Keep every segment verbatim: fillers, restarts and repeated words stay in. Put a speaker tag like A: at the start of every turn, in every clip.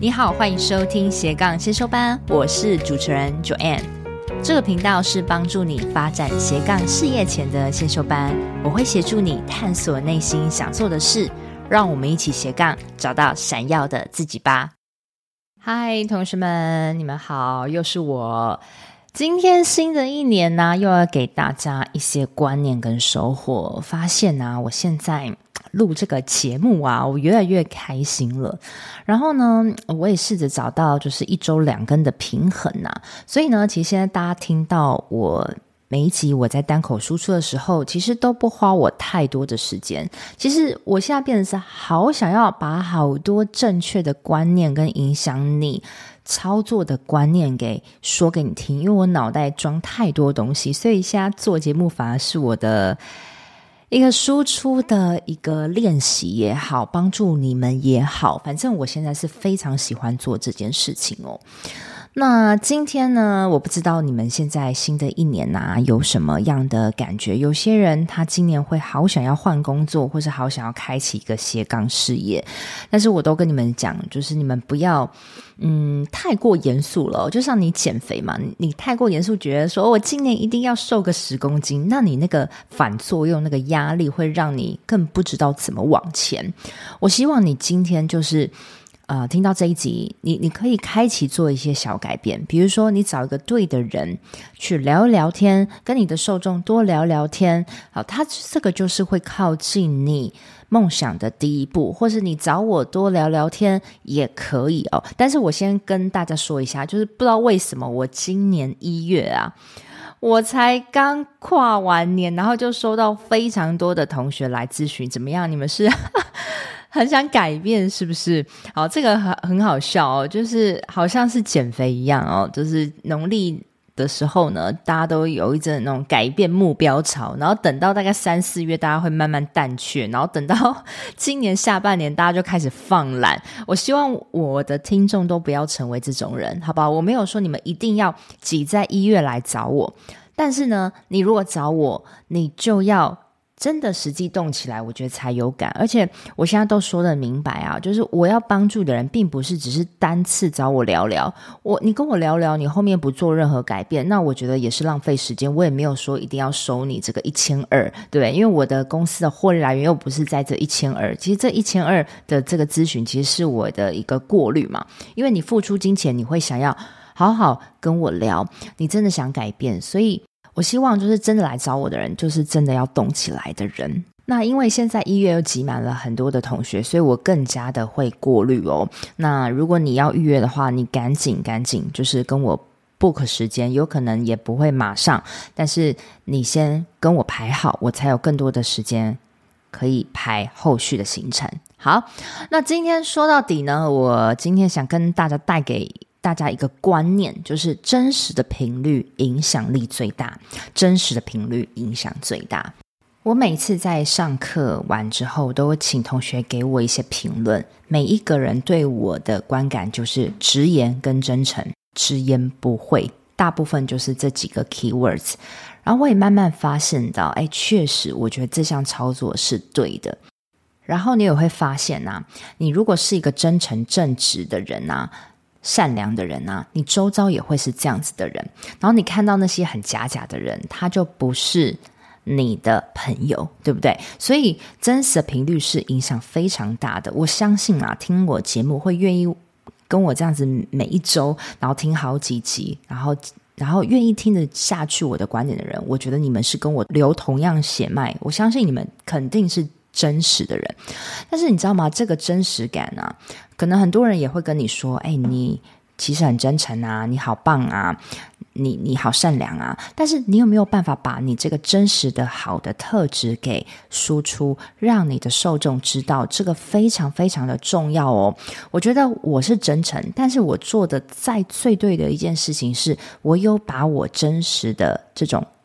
A: 你好，欢迎收听斜杠先修班，我是主持人 Joanne。 这个频道是帮助你发展斜杠事业前的先修班，我会协助你探索内心想做的事，让我们一起斜杠找到闪耀的自己吧。嗨，同学们，你们好，又是我。今天新的一年呢、啊，又要给大家一些观念跟收获。发现啊，我现在录这个节目啊，我越来越开心了。然后呢，我也试着找到就是一周两更的平衡啊。所以呢，其实现在大家听到我每一集我在单口输出的时候，其实都不花我太多的时间。其实我现在变成是好想要把好多正确的观念跟影响你操作的观念给说给你听，因为我脑袋装太多东西，所以现在做节目反而是我的一个输出的一个练习也好，帮助你们也好，反正我现在是非常喜欢做这件事情哦。那今天呢，我不知道你们现在新的一年啊有什么样的感觉。有些人他今年会好想要换工作，或是好想要开启一个斜杠事业，但是我都跟你们讲，就是你们不要嗯太过严肃了。就像你减肥嘛，你太过严肃，觉得说我今年一定要瘦个十公斤，那你那个反作用，那个压力会让你更不知道怎么往前。我希望你今天就是呃，听到这一集，你你可以开启做一些小改变，比如说你找一个对的人去聊一聊天，跟你的受众多聊聊天，好，他这个就是会靠近你梦想的第一步，或是你找我多聊聊天也可以哦。但是我先跟大家说一下，就是不知道为什么我今年一月啊，我才刚跨完年，然后就收到非常多的同学来咨询，怎么样？你们是很想改变是不是？好，这个很很好笑哦，就是好像是减肥一样哦，就是农历的时候呢，大家都有一阵那种改变目标潮，然后等到大概三四月，大家会慢慢淡却，然后等到今年下半年，大家就开始放懒。我希望我的听众都不要成为这种人，好不好？我没有说你们一定要挤在一月来找我，但是呢，你如果找我，你就要真的实际动起来，我觉得才有感。而且我现在都说得明白啊，就是我要帮助的人并不是只是单次找我聊聊，我你跟我聊聊，你后面不做任何改变，那我觉得也是浪费时间。我也没有说一定要收你这个一千二，对不对？因为我的公司的获利来源又不是在这一千二，其实这一千二的这个咨询其实是我的一个过滤嘛，因为你付出金钱，你会想要好好跟我聊，你真的想改变，所以我希望就是真的来找我的人，就是真的要动起来的人。那因为现在一月又挤满了很多的同学，所以我更加的会过滤哦。那如果你要预约的话，你赶紧赶紧就是跟我 book 时间，有可能也不会马上，但是你先跟我排好，我才有更多的时间可以排后续的行程。好，那今天说到底呢，我今天想跟大家带给大家一个观念，就是真实的频率影响力最大，真实的频率影响最大。我每次在上课完之后，都会请同学给我一些评论，每一个人对我的观感就是直言跟真诚，直言不讳，大部分就是这几个 keywords。 然后我也慢慢发现到，哎，确实我觉得这项操作是对的。然后你也会发现啊，你如果是一个真诚正直的人啊，善良的人啊，你周遭也会是这样子的人。然后你看到那些很假假的人，他就不是你的朋友，对不对？所以真实的频率是影响非常大的。我相信啊，听我节目会愿意跟我这样子每一周然后听好几集，然后然后愿意听得下去我的观点的人，我觉得你们是跟我流同样血脉，我相信你们肯定是真实的人。但是你知道吗，这个真实感啊，可能很多人也会跟你说，哎，你其实很真诚啊，你好棒啊，你你好善良啊，但是你有没有办法把你这个真实的好的特质给输出，让你的受众知道，这个非常非常的重要哦。我觉得我是真诚，但是我做的在最对的一件事情是，我有把我真实的这种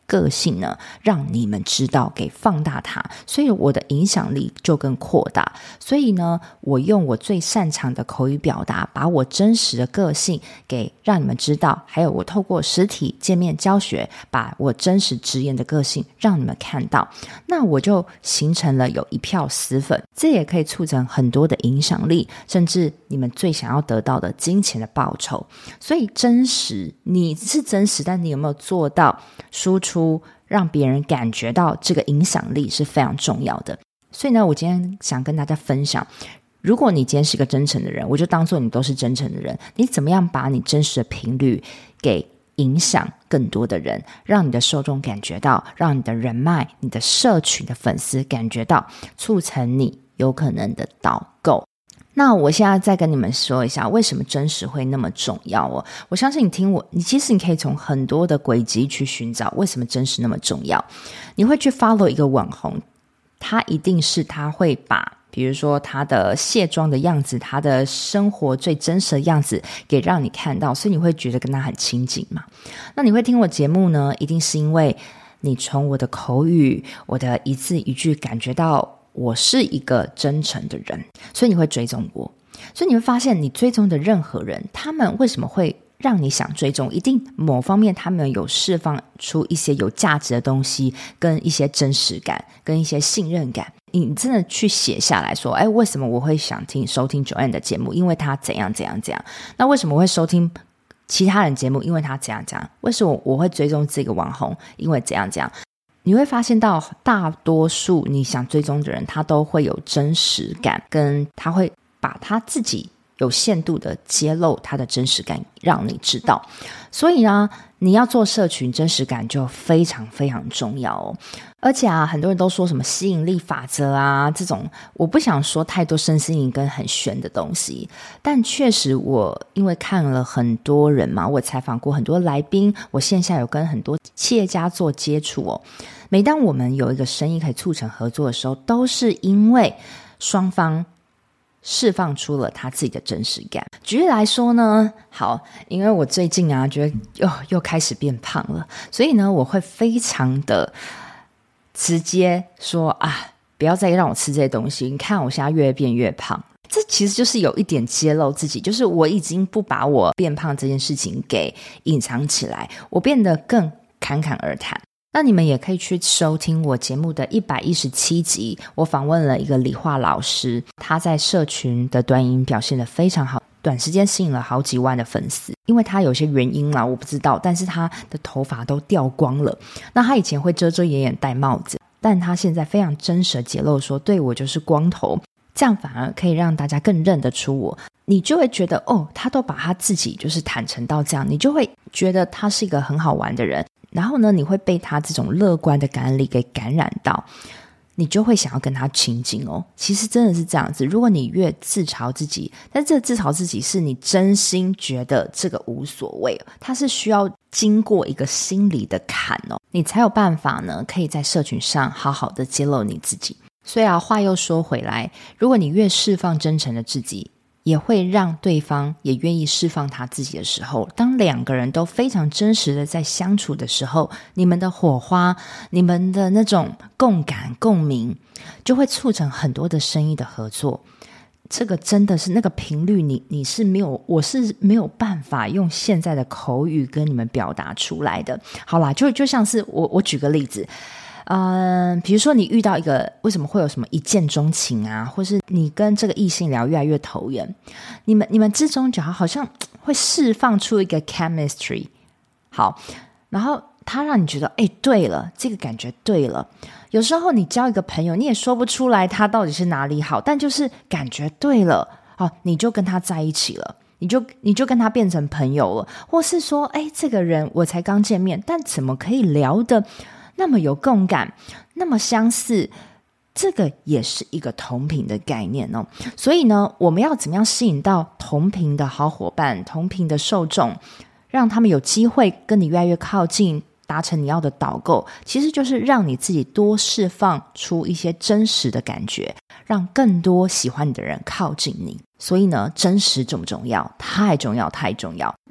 A: 个性呢，让你们知道，给放大它，所以我的影响力就更扩大。所以呢，我用我最擅长的口语表达，把我真实的个性给让你们知道，还有我透过实体见面教学，把我真实直言的个性让你们看到，那我就形成了有一票死粉，这也可以促成很多的影响力，甚至你们最想要得到的金钱的报酬。所以真实，你是真实，但你有没有做到输出，让别人感觉到这个影响力是非常重要的。所以呢，我今天想跟大家分享，如果你今天是一个真诚的人，我就当做你都是真诚的人，你怎么样把你真实的频率给影响更多的人，让你的受众感觉到，让你的人脉、你的社群的粉丝感觉到，促成你有可能的导购。那我现在再跟你们说一下，为什么真实会那么重要哦？我相信你听我，你其实你可以从很多的轨迹去寻找为什么真实那么重要。你会去 follow 一个网红，他一定是他会把比如说他的卸妆的样子，他的生活最真实的样子给让你看到，所以你会觉得跟他很亲近嘛。那你会听我节目呢，一定是因为你从我的口语，我的一字一句感觉到我是一个真诚的人，所以你会追踪我。所以你会发现，你追踪的任何人，他们为什么会让你想追踪，一定某方面他们有释放出一些有价值的东西，跟一些真实感，跟一些信任感。你真的去写下来说，哎，为什么我会想听收听 Joanne 的节目？因为他怎样怎样怎样。那为什么我会收听其他人节目？因为他怎样怎样。为什么我会追踪这个网红？因为怎样怎样。你会发现到大多数你想追踪的人，他都会有真实感，跟他会把他自己有限度的揭露他的真实感让你知道。所以呢，你要做社群，真实感就非常非常重要哦。而且啊，很多人都说什么吸引力法则啊，这种我不想说太多身心灵跟很玄的东西，但确实我因为看了很多人嘛，我采访过很多来宾，我线下有跟很多企业家做接触哦。每当我们有一个生意可以促成合作的时候，都是因为双方释放出了他自己的真实感。举例来说呢，好，因为我最近啊觉得又又开始变胖了，所以呢我会非常的直接说啊，不要再让我吃这些东西，你看我现在越变越胖。这其实就是有一点揭露自己，就是我已经不把我变胖这件事情给隐藏起来，我变得更侃侃而谈。那你们也可以去收听我节目的一百一十七集，我访问了一个理化老师，他在社群的短影表现得非常好，短时间吸引了好几万的粉丝。因为他有些原因啦，我不知道，但是他的头发都掉光了。那他以前会遮遮掩掩戴帽子，但他现在非常真实的揭露说，对，我就是光头，这样反而可以让大家更认得出我。你就会觉得哦，他都把他自己就是坦诚到这样，你就会觉得他是一个很好玩的人。然后呢，你会被他这种乐观的感染力给感染到，你就会想要跟他亲近哦。其实真的是这样子，如果你越自嘲自己，但这个自嘲自己是你真心觉得这个无所谓，它是需要经过一个心理的坎哦，你才有办法呢，可以在社群上好好的揭露你自己。所以啊，话又说回来，如果你越释放真诚的自己，也会让对方也愿意释放他自己的时候，当两个人都非常真实的在相处的时候，你们的火花，你们的那种共感共鸣，就会促成很多的生意的合作。这个真的是那个频率，你你是没有，我是没有办法用现在的口语跟你们表达出来的。好啦，就就像是我我举个例子，嗯、呃，比如说你遇到一个，为什么会有什么一见钟情啊，或是你跟这个异性聊越来越投缘，你们你们之中就好像会释放出一个 chemistry， 好，然后他让你觉得哎，对了，这个感觉对了。有时候你交一个朋友，你也说不出来他到底是哪里好，但就是感觉对了，哦，你就跟他在一起了，你就你就跟他变成朋友了。或是说哎，这个人我才刚见面，但怎么可以聊得那么有共感，那么相似，这个也是一个同频的概念哦。所以呢，我们要怎么样吸引到同频的好伙伴，同频的受众，让他们有机会跟你越来越靠近，达成你要的导购，其实就是让你自己多释放出一些真实的感觉，让更多喜欢你的人靠近你。所以呢，真实重不重要？太重要太重要。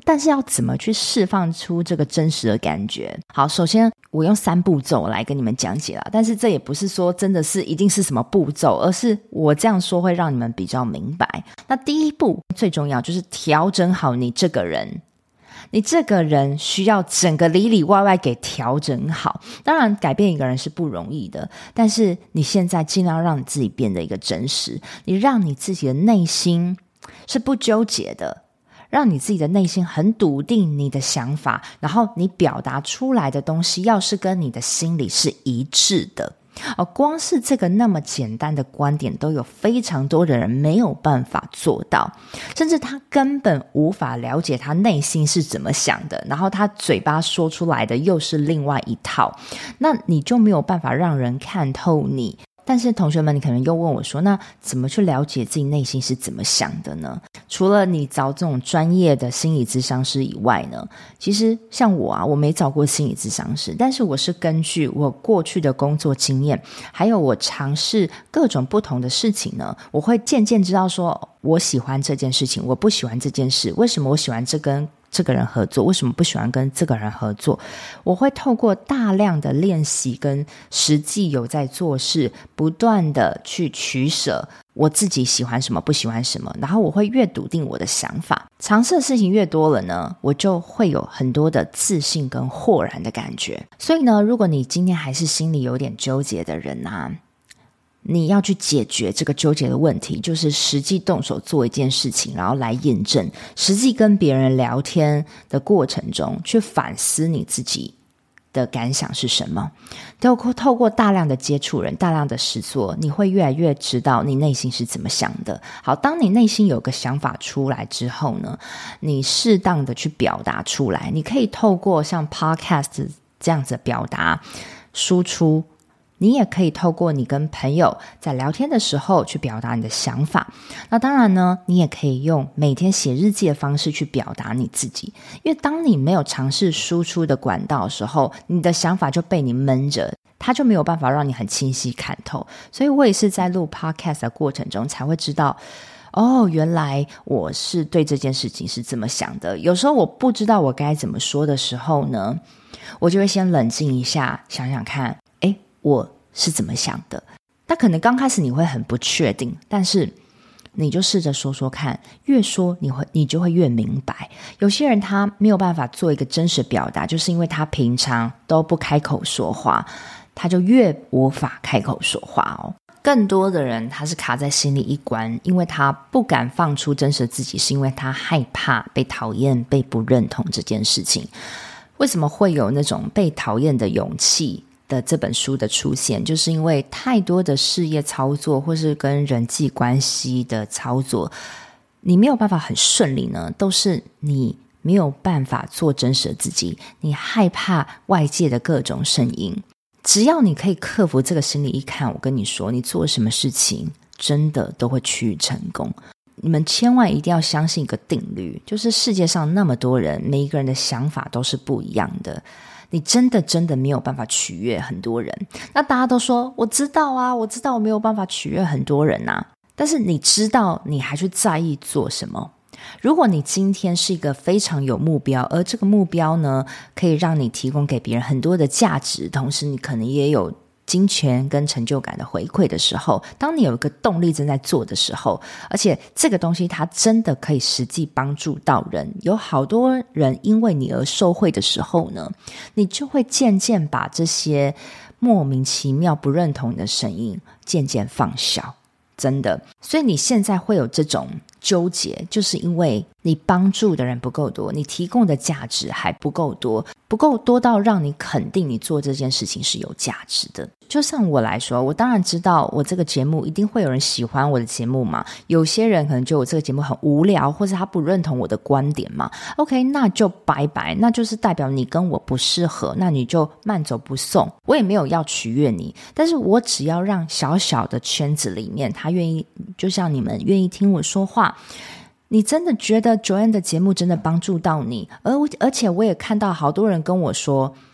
A: 但是要怎么去释放出这个真实的感觉？好，首先我用三步骤来跟你们讲解啦，但是这也不是说真的是一定是什么步骤，而是我这样说会让你们比较明白。那第一步最重要就是调整好你这个人，你这个人需要整个里里外外给调整好。当然改变一个人是不容易的，但是你现在尽量让你自己变得一个真实，你让你自己的内心是不纠结的，让你自己的内心很笃定你的想法，然后你表达出来的东西要是跟你的心里是一致的。哦，光是这个那么简单的观点都有非常多的人没有办法做到，甚至他根本无法了解他内心是怎么想的，然后他嘴巴说出来的又是另外一套，那你就没有办法让人看透你。但是同学们，你可能又问我说，那怎么去了解自己内心是怎么想的呢？除了你找这种专业的心理咨商师以外呢，其实像我啊，我没找过心理咨商师，但是我是根据我过去的工作经验，还有我尝试各种不同的事情呢，我会渐渐知道说我喜欢这件事情，我不喜欢这件事，为什么我喜欢这跟这个人合作，为什么不喜欢跟这个人合作。我会透过大量的练习跟实际有在做事，不断的去取舍我自己喜欢什么不喜欢什么，然后我会越笃定我的想法，尝试的事情越多了呢，我就会有很多的自信跟豁然的感觉。所以呢，如果你今天还是心里有点纠结的人啊，你要去解决这个纠结的问题，就是实际动手做一件事情，然后来验证，实际跟别人聊天的过程中去反思你自己的感想是什么。透过透过大量的接触人，大量的实作，你会越来越知道你内心是怎么想的。好，当你内心有个想法出来之后呢，你适当的去表达出来，你可以透过像 podcast 这样子的表达输出，你也可以透过你跟朋友在聊天的时候去表达你的想法。那当然呢，你也可以用每天写日记的方式去表达你自己，因为当你没有尝试输出的管道的时候，你的想法就被你闷着，它就没有办法让你很清晰看透。所以我也是在录 podcast 的过程中才会知道，哦，原来我是对这件事情是这么想的。有时候我不知道我该怎么说的时候呢，我就会先冷静一下，想想看诶我是怎么想的。那可能刚开始你会很不确定，但是你就试着说说看，越说你会你就会越明白。有些人他没有办法做一个真实表达，就是因为他平常都不开口说话，他就越无法开口说话哦。更多的人他是卡在心里一关，因为他不敢放出真实的自己，是因为他害怕被讨厌、被不认同这件事情。为什么会有那种被讨厌的勇气的这本书的出现，就是因为太多的事业操作或是跟人际关系的操作，你没有办法很顺利呢，都是你没有办法做真实的自己，你害怕外界的各种声音。只要你可以克服这个心理一看，我跟你说，你做什么事情真的都会趋于成功。你们千万一定要相信一个定律，就是世界上那么多人，每一个人的想法都是不一样的，你真的真的没有办法取悦很多人。那大家都说我知道啊，我知道我没有办法取悦很多人啊，但是你知道你还去在意做什么？如果你今天是一个非常有目标，而这个目标呢可以让你提供给别人很多的价值，同时你可能也有金钱跟成就感的回馈的时候，当你有一个动力正在做的时候，而且这个东西它真的可以实际帮助到人，有好多人因为你而受惠的时候呢，你就会渐渐把这些莫名其妙不认同你的声音渐渐放小，真的。所以你现在会有这种纠结，就是因为你帮助的人不够多，你提供的价值还不够多，不够多到让你肯定你做这件事情是有价值的。就像我来说，我当然知道我这个节目一定会有人喜欢我的节目嘛，有些人可能觉得我这个节目很无聊，或是他不认同我的观点嘛， OK， 那就拜拜，那就是代表你跟我不适合，那你就慢走不送。我也没有要取悦你，但是我只要让小小的圈子里面他愿意，就像你们愿意听我说话，你真的觉得 Joanne 的节目真的帮助到你，而而且我也看到好多人跟我说，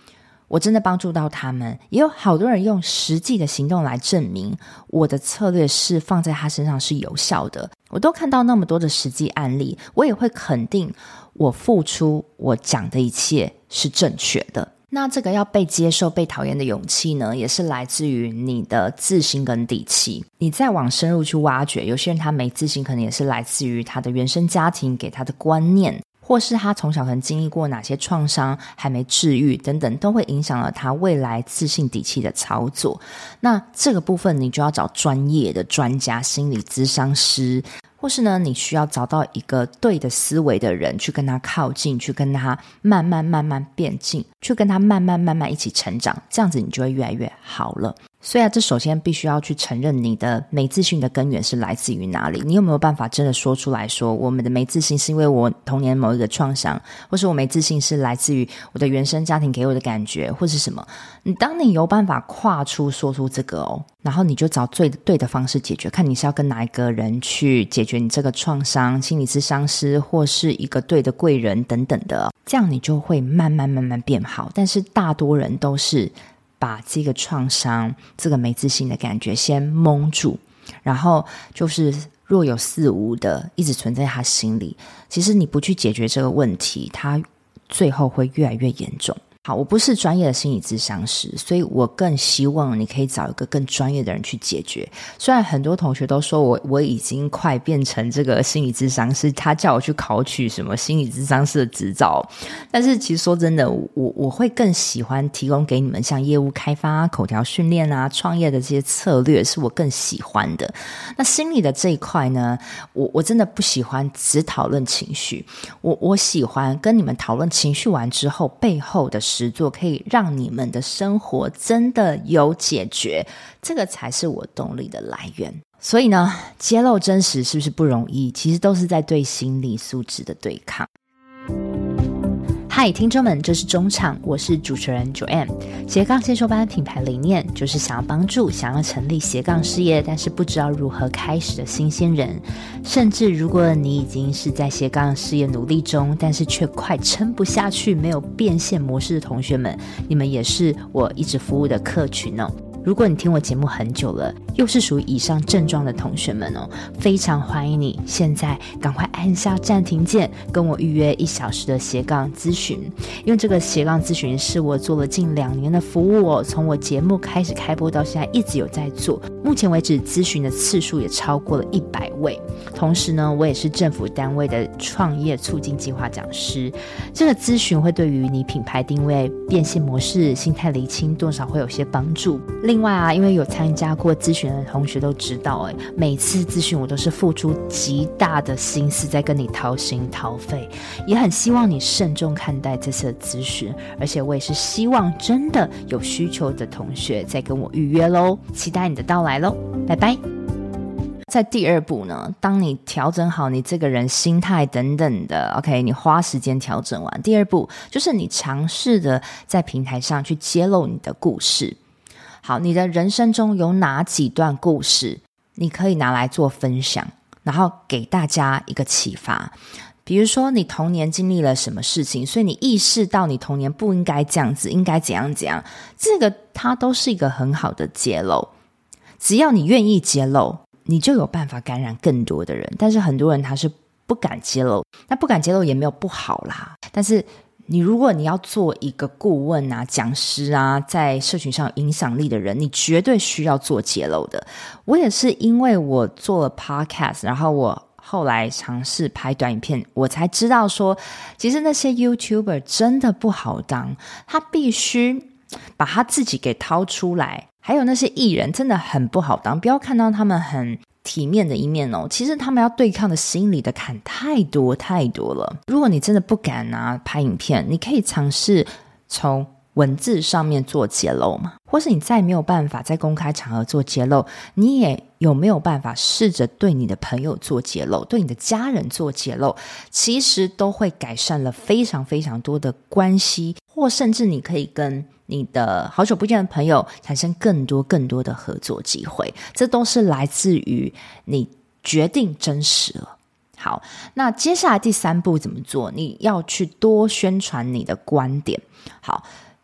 A: 我真的帮助到他们，也有好多人用实际的行动来证明我的策略是放在他身上是有效的。我都看到那么多的实际案例，我也会肯定我付出我讲的一切是正确的。那这个要被接受被讨厌的勇气呢，也是来自于你的自信跟底气。你再往深入去挖掘，有些人他没自信可能也是来自于他的原生家庭给他的观念，或是他从小可能经历过哪些创伤还没治愈等等，都会影响了他未来自信底气的操作。那这个部分你就要找专业的专家，心理咨商师，或是呢你需要找到一个对的思维的人去跟他靠近，去跟他慢慢慢慢变近，去跟他慢慢慢慢一起成长，这样子你就会越来越好了。所以啊，这首先必须要去承认你的没自信的根源是来自于哪里。你有没有办法真的说出来说，我们的没自信是因为我童年某一个创伤，或是我没自信是来自于我的原生家庭给我的感觉，或是什么。你当你有办法跨出说出这个哦，然后你就找最对的方式解决，看你是要跟哪一个人去解决你这个创伤，心理咨商师或是一个对的贵人等等的，这样你就会慢慢慢慢变好。但是大多人都是把这个创伤这个没自信的感觉先蒙住，然后就是若有似无的一直存在他心里。其实你不去解决这个问题，他最后会越来越严重。好，我不是专业的心理咨商师，所以我更希望你可以找一个更专业的人去解决。虽然很多同学都说我我已经快变成这个心理咨商师，他叫我去考取什么心理咨商师的执照，但是其实说真的，我我会更喜欢提供给你们像业务开发、口条训练啊、创业的这些策略，是我更喜欢的。那心理的这一块呢，我我真的不喜欢只讨论情绪，我我喜欢跟你们讨论情绪完之后背后的实作，可以让你们的生活真的有解决，这个才是我动力的来源。所以呢，揭露真实是不是不容易？其实都是在对心理素质的对抗。嗨，听众们，这是中场，我是主持人 Joanne。 斜杠先修班品牌理念就是想要帮助想要成立斜杠事业但是不知道如何开始的新鲜人，甚至如果你已经是在斜杠事业努力中但是却快撑不下去没有变现模式的同学们，你们也是我一直服务的客群哦。如果你听我节目很久了，又是属于以上症状的同学们哦，非常欢迎你现在赶快按下暂停键，跟我预约一小时的斜杠咨询。因为这个斜杠咨询是我做了近两年的服务哦，从我节目开始开播到现在一直有在做，目前为止咨询的次数也超过了一百位。同时呢，我也是政府单位的创业促进计划讲师。这个咨询会对于你品牌定位、变现模式、心态厘清多少会有些帮助。另外啊，因为有参加过咨询的同学都知道，诶，每次咨询我都是付出极大的心思在跟你掏心掏肺，也很希望你慎重看待这次的咨询，而且我也是希望真的有需求的同学再跟我预约咯，期待你的到来咯，拜拜。在第二步呢，当你调整好你这个人心态等等的 OK， 你花时间调整完，第二步就是你尝试的在平台上去揭露你的故事。好，你的人生中有哪几段故事你可以拿来做分享，然后给大家一个启发。比如说你童年经历了什么事情，所以你意识到你童年不应该这样子，应该怎样怎样，这个它都是一个很好的揭露。只要你愿意揭露，你就有办法感染更多的人。但是很多人他是不敢揭露，那不敢揭露也没有不好啦，但是你如果你要做一个顾问啊、讲师啊，在社群上有影响力的人，你绝对需要做揭露的。我也是因为我做了 podcast， 然后我后来尝试拍短影片，我才知道说其实那些 YouTuber 真的不好当，他必须把他自己给掏出来。还有那些艺人真的很不好当，不要看到他们很体面的一面哦，其实他们要对抗的心理的坎太多太多了。如果你真的不敢啊拍影片，你可以尝试从文字上面做揭露嘛，或是你再没有办法在公开场合做揭露，你也有没有办法试着对你的朋友做揭露，对你的家人做揭露，其实都会改善了非常非常多的关系，或甚至你可以跟你的好久不见的朋友产生更多更多的合作机会，这都是来自于你决定真实了。好，那接下来第三步怎么做？你要去多宣传你的观点。好，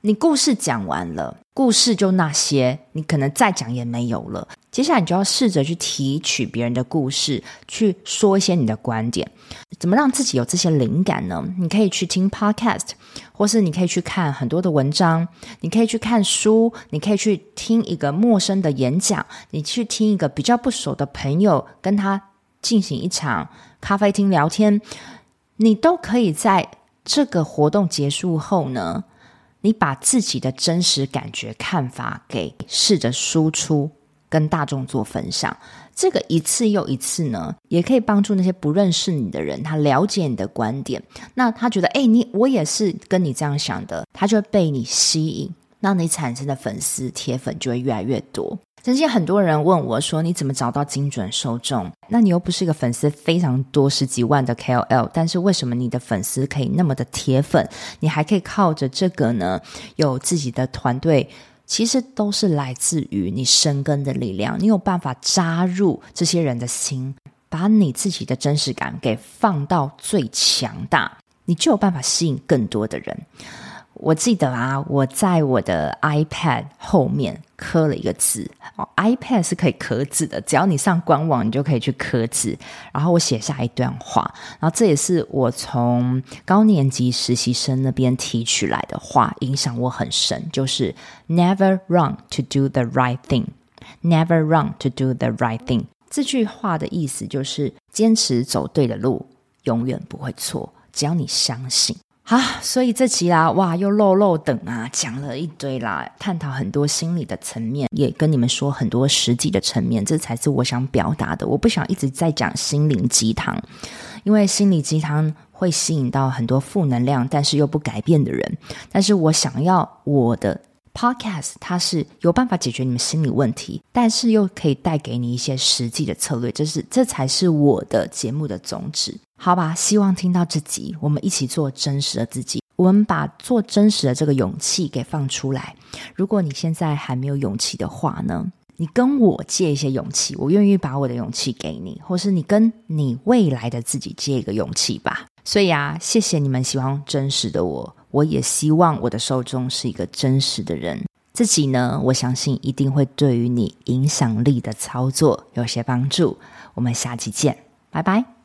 A: 你故事讲完了，故事就那些，你可能再讲也没有了。接下来你就要试着去提取别人的故事，去说一些你的观点。怎么让自己有这些灵感呢？你可以去听 podcast， 或是你可以去看很多的文章，你可以去看书，你可以去听一个陌生的演讲，你去听一个比较不熟的朋友跟他进行一场咖啡厅聊天，你都可以在这个活动结束后呢，你把自己的真实感觉看法给试着输出，跟大众做分享。这个一次又一次呢，也可以帮助那些不认识你的人，他了解你的观点，那他觉得诶你我也是跟你这样想的，他就会被你吸引，让你产生的粉丝铁粉就会越来越多。曾经很多人问我说，你怎么找到精准受众？那你又不是一个粉丝非常多十几万的 K O L， 但是为什么你的粉丝可以那么的铁粉？你还可以靠着这个呢，有自己的团队，其实都是来自于你生根的力量。你有办法扎入这些人的心，把你自己的真实感给放到最强大，你就有办法吸引更多的人。我记得啊，我在我的 iPad 后面刻了一个字、哦、iPad 是可以刻字的，只要你上官网你就可以去刻字，然后我写下一段话，然后这也是我从高年级实习生那边提取来的话，影响我很深，就是 Never run to do the right thing Never run to do the right thing。 这句话的意思就是坚持走对的路，永远不会错，只要你相信。好，所以这集啦，哇，又漏漏等啊，讲了一堆啦，探讨很多心理的层面，也跟你们说很多实际的层面，这才是我想表达的。我不想一直在讲心灵鸡汤，因为心理鸡汤会吸引到很多负能量但是又不改变的人，但是我想要我的 podcast 它是有办法解决你们心理问题，但是又可以带给你一些实际的策略，这是这才是我的节目的宗旨。好吧，希望听到这集我们一起做真实的自己，我们把做真实的这个勇气给放出来。如果你现在还没有勇气的话呢，你跟我借一些勇气，我愿意把我的勇气给你，或是你跟你未来的自己借一个勇气吧。所以啊，谢谢你们喜欢真实的我，我也希望我的受众是一个真实的人。这集呢，我相信一定会对于你影响力的操作有些帮助。我们下期见，拜拜。